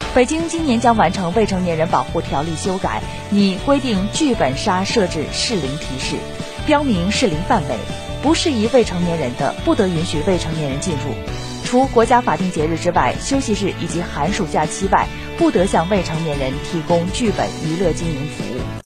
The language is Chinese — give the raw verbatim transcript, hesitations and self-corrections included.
北京今年将完成未成年人保护条例修改，拟规定剧本杀设置适龄提示，标明适龄范围，不适宜未成年人的不得允许未成年人进入。除国家法定节日之外，休息日以及寒暑假期外，不得向未成年人提供剧本娱乐经营服务。